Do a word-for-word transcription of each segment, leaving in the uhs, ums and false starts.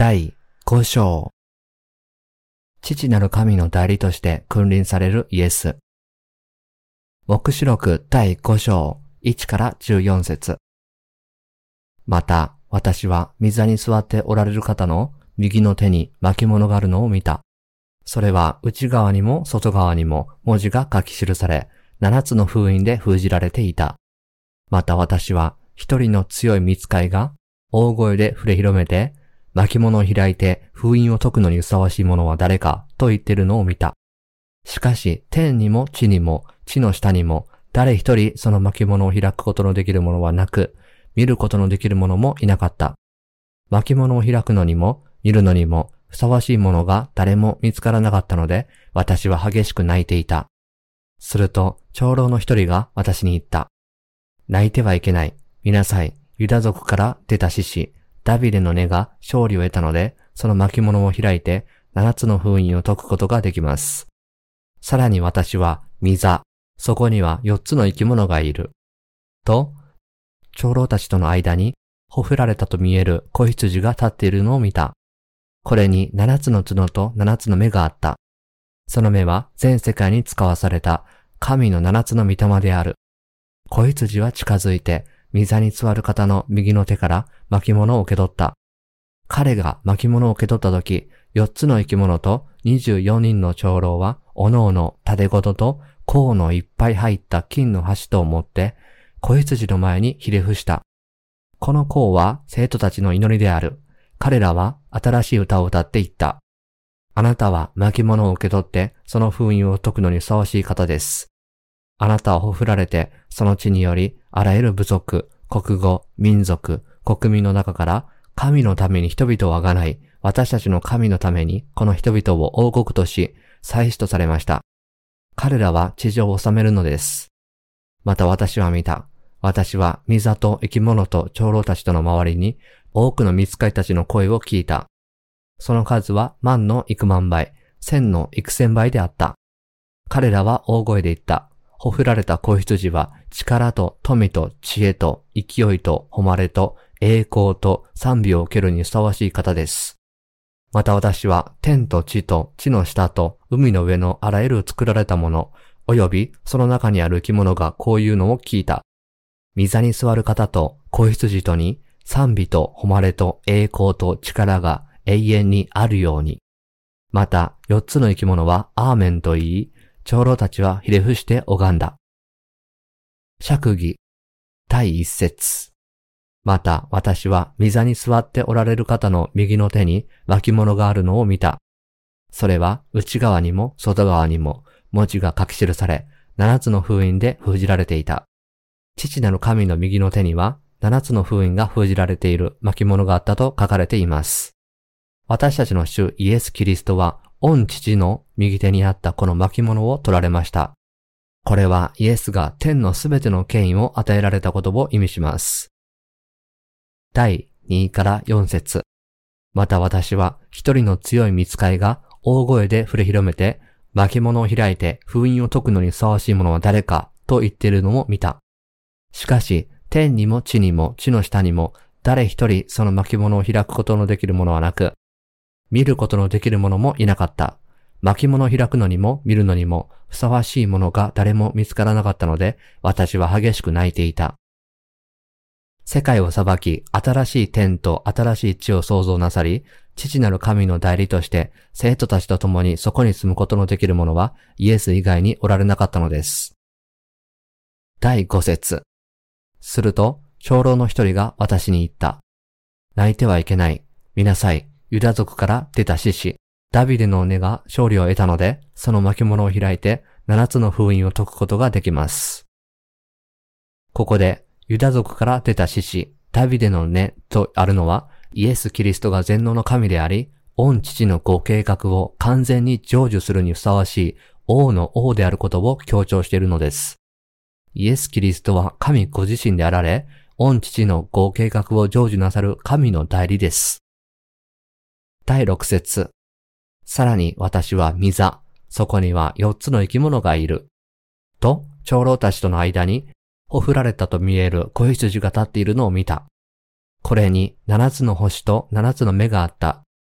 だいご章。父なる神の代理として君臨されるイエス。黙示録だいご章いちからじゅうよん節。また私は御座に座っておられる方の右の手に巻物があるのを見た。それは内側にも外側にも文字が書き記され、七つの封印で封じられていた。また私は一人の強い御使いが大声で触れ広めて、巻物を開いて封印を解くのにふさわしいものは誰かと言っているのを見た。しかし天にも地にも地の下にも誰一人その巻物を開くことのできるものはなく、見ることのできるものもいなかった。巻物を開くのにも見るのにもふさわしいものが誰も見つからなかったので、私は激しく泣いていた。すると長老の一人が私に言った。泣いてはいけない。見なさい。ユダ族から出た獅子、ダビデの根が勝利を得たので、その巻物を開いて七つの封印を解くことができます。さらに私は御座、そこには四つの生き物がいる。と、長老たちとの間にほふられたと見える子羊が立っているのを見た。これに七つの角と七つの目があった。その目は全世界に使わされた神の七つの御霊である。子羊は近づいて、御座に座る方の右の手から巻物を受け取った。彼が巻物を受け取ったとき、四つの生き物と二十四人の長老は、おのおの盾ごとと甲のいっぱい入った金の箸とを持って、子羊の前にひれ伏した。この甲は生徒たちの祈りである。彼らは新しい歌を歌っていった。あなたは巻物を受け取って、その封印を解くのにふさわしい方です。あなたはほふられて、その地により、あらゆる部族、国語、民族、国民の中から、神のために人々をあがない、私たちの神のために、この人々を王国とし、祭司とされました。彼らは地上を治めるのです。また私は見た。私は御座と生き物と長老たちとの周りに、多くの御使いたちの声を聞いた。その数は万の幾万倍、千の幾千倍であった。彼らは大声で言った。ほふられた子羊は力と富と知恵と勢いと誉れと栄光と賛美を受けるにふさわしい方です。また私は天と地と地の下と海の上のあらゆる作られたもの、およびその中にある生き物がこういうのを聞いた。御座に座る方と子羊とに賛美と誉れと栄光と力が永遠にあるように。また四つの生き物はアーメンと言い、長老たちはひれ伏して拝んだ。釈義だい一節。また私は御座に座っておられる方の右の手に巻物があるのを見た。それは内側にも外側にも文字が書き記され、七つの封印で封じられていた。父なる神の右の手には七つの封印が封じられている巻物があったと書かれています。私たちの主イエス・キリストは御父の右手にあったこの巻物を取られました。これはイエスが天のすべての権威を与えられたことを意味します。だいにからよん節。また私は一人の強い御使いが大声で触れ広めて、巻物を開いて封印を解くのにふさわしいものは誰かと言っているのを見た。しかし天にも地にも地の下にも誰一人その巻物を開くことのできるものはなく、見ることのできるものもいなかった。巻物を開くのにも見るのにもふさわしいものが誰も見つからなかったので、私は激しく泣いていた。世界を裁き、新しい天と新しい地を創造なさり、父なる神の代理として生徒たちと共にそこに住むことのできる者はイエス以外におられなかったのです。だいご節。すると長老の一人が私に言った。泣いてはいけない。見なさい。ユダ族から出た獅子、ダビデの根が勝利を得たので、その巻物を開いて七つの封印を解くことができます。ここで、ユダ族から出た獅子、ダビデの根とあるのは、イエス・キリストが全能の神であり、御父のご計画を完全に成就するにふさわしい王の王であることを強調しているのです。イエス・キリストは神ご自身であられ、御父のご計画を成就なさる神の代理です。だいろく節。さらに私は御座、そこには四つの生き物がいる。と、長老たちとの間に、ほふられたと見える子羊が立っているのを見た。これに七つの星と七つの目があった。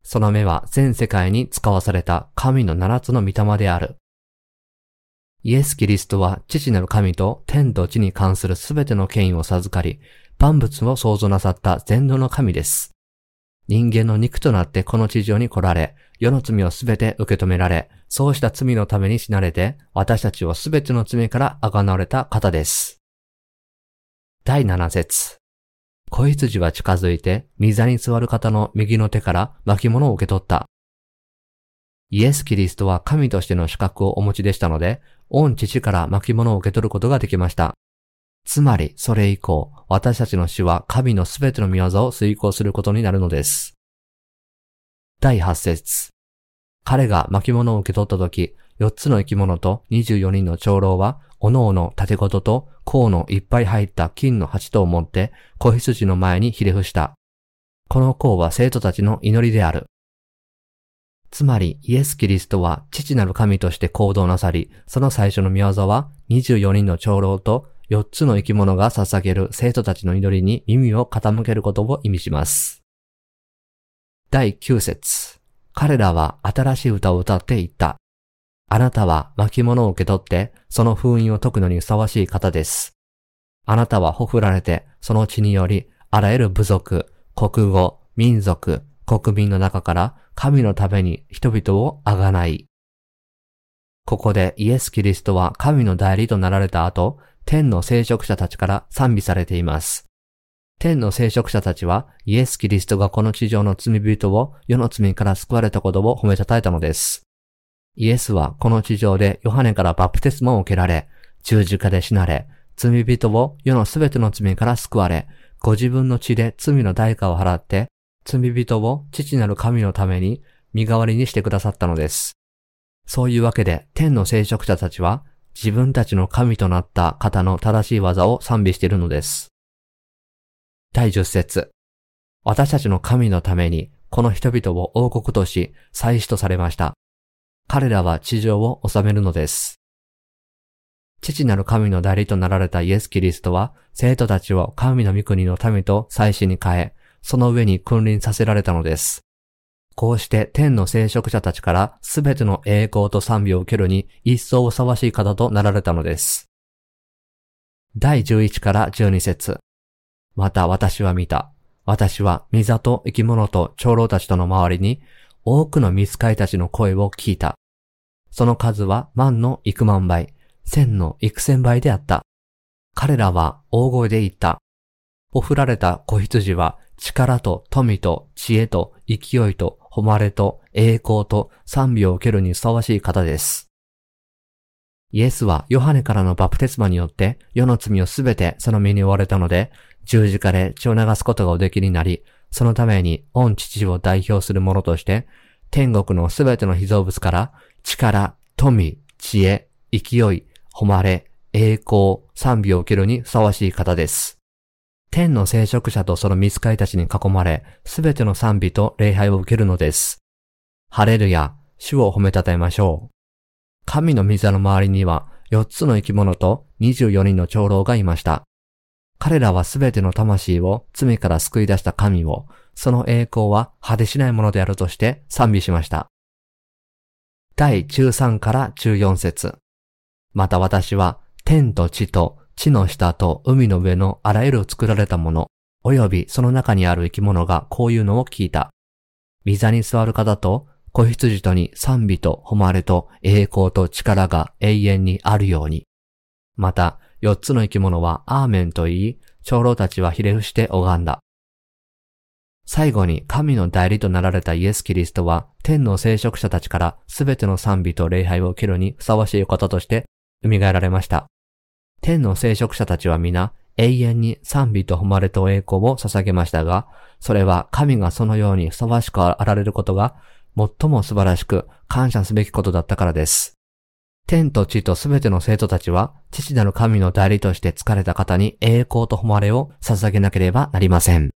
その目は全世界に使わされた神の七つの御霊である。イエス・キリストは父なる神と天と地に関するすべての権威を授かり、万物を創造なさった全能の神です。人間の肉となってこの地上に来られ、世の罪をすべて受け止められ、そうした罪のために死なれて、私たちをすべての罪から贖われた方です。だいなな節。子羊は近づいて、御座に座る方の右の手から巻物を受け取った。イエス・キリストは神としての資格をお持ちでしたので、御父から巻物を受け取ることができました。つまり、それ以降、私たちの死は神のすべての御業を遂行することになるのです。だいはち節。彼が巻物を受け取ったとき、よっつの生き物とにじゅうよにんの長老は、おのおの盾事と甲のいっぱい入った金の鉢とを持って、子羊の前にひれ伏した。この甲は生徒たちの祈りである。つまり、イエス・キリストは父なる神として行動なさり、その最初の御業はにじゅうよにんの長老とよっつの生き物が捧げる生徒たちの祈りに耳を傾けることを意味します。だいきゅう節。彼らは新しい歌を歌って言った。あなたは巻物を受け取って、その封印を解くのにふさわしい方です。あなたはほふられて、その血により、あらゆる部族、国語、民族、国民の中から神のために人々をあがない。ここでイエス・キリストは神の代理となられた後、天の聖職者たちから賛美されています。天の聖職者たちはイエス・キリストがこの地上の罪人を世の罪から救われたことを褒めたたえたのです。イエスはこの地上でヨハネからバプテスマを受けられ、十字架で死なれ、罪人を世のすべての罪から救われ、ご自分の血で罪の代価を払って、罪人を父なる神のために身代わりにしてくださったのです。そういうわけで天の聖職者たちは自分たちの神となった方の正しい技を賛美しているのです。だいじゅっ節。私たちの神のためにこの人々を王国とし祭司とされました。彼らは地上を治めるのです。父なる神の代理となられたイエス・キリストは生徒たちを神の御国の民と祭司に変え、その上に君臨させられたのです。こうして天の聖職者たちからすべての栄光と賛美を受けるに一層ふさわしい方となられたのです。だいじゅういちからじゅうに節。また私は見た。私は御座と生き物と長老たちとの周りに多くの御使いたちの声を聞いた。その数は万の幾万倍、千の幾千倍であった。彼らは大声で言った。ほふられた子羊は力と富と知恵と勢いと誉れと栄光と賛美を受けるにふさわしい方です。イエスはヨハネからのバプテスマによって世の罪をすべてその身に負われたので、十字架で血を流すことがおできになり、そのために御父を代表する者として、天国のすべての被造物から力、富、知恵、勢い、誉れ、栄光、賛美を受けるにふさわしい方です。天の聖職者とその御使いたちに囲まれ、すべての賛美と礼拝を受けるのです。ハレルヤ、主を褒めたたえましょう。神の御座の周りにはよっつの生き物とにじゅうよにんの長老がいました。彼らはすべての魂を罪から救い出した神を、その栄光は果てしないものであるとして賛美しました。だいじゅうさんからじゅうよん節。また私は天と地と地の下と海の上のあらゆる作られたもの、およびその中にある生き物がこういうのを聞いた。御座に座る方と子羊とに賛美と誉れと栄光と力が永遠にあるように。また、よっつの生き物はアーメンと言い、長老たちはひれ伏して拝んだ。最後に神の代理となられたイエス・キリストは天の聖職者たちからすべての賛美と礼拝を受けるにふさわしい方として蘇られました。天の聖職者たちは皆永遠に賛美と誉れと栄光を捧げましたが、それは神がそのようにふさわしくあられることが最も素晴らしく感謝すべきことだったからです。天と地とすべての生徒たちは父なる神の代理として疲れた方に栄光と誉れを捧げなければなりません。